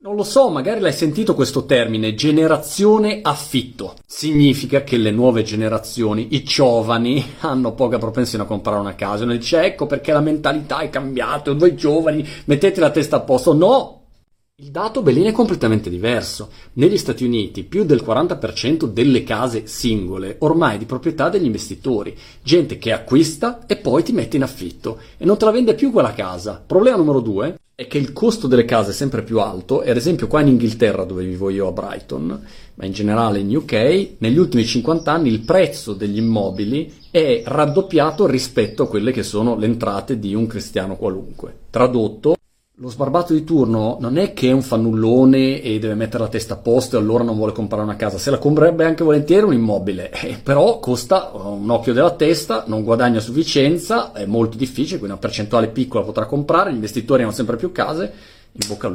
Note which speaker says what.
Speaker 1: Non lo so, magari l'hai sentito questo termine, generazione affitto. Significa che le nuove generazioni, i giovani, hanno poca propensione a comprare una casa. Uno dice, ecco perché la mentalità è cambiata, voi giovani mettete la testa a posto. No! Il dato Belin è completamente diverso. Negli Stati Uniti più del 40% delle case singole ormai è di proprietà degli investitori, gente che acquista e poi ti mette in affitto e non te la vende più quella casa. Problema numero 2 è che il costo delle case è sempre più alto e ad esempio qua in Inghilterra, dove vivo io a Brighton, ma in generale in UK, negli ultimi 50 anni il prezzo degli immobili è raddoppiato rispetto a quelle che sono le entrate di un cristiano qualunque. Tradotto, lo sbarbato di turno non è che è un fannullone e deve mettere la testa a posto e allora non vuole comprare una casa, se la comprerebbe anche volentieri un immobile, però costa un occhio della testa, non guadagna a sufficienza, è molto difficile, quindi una percentuale piccola potrà comprare, gli investitori hanno sempre più case, in bocca al lupo.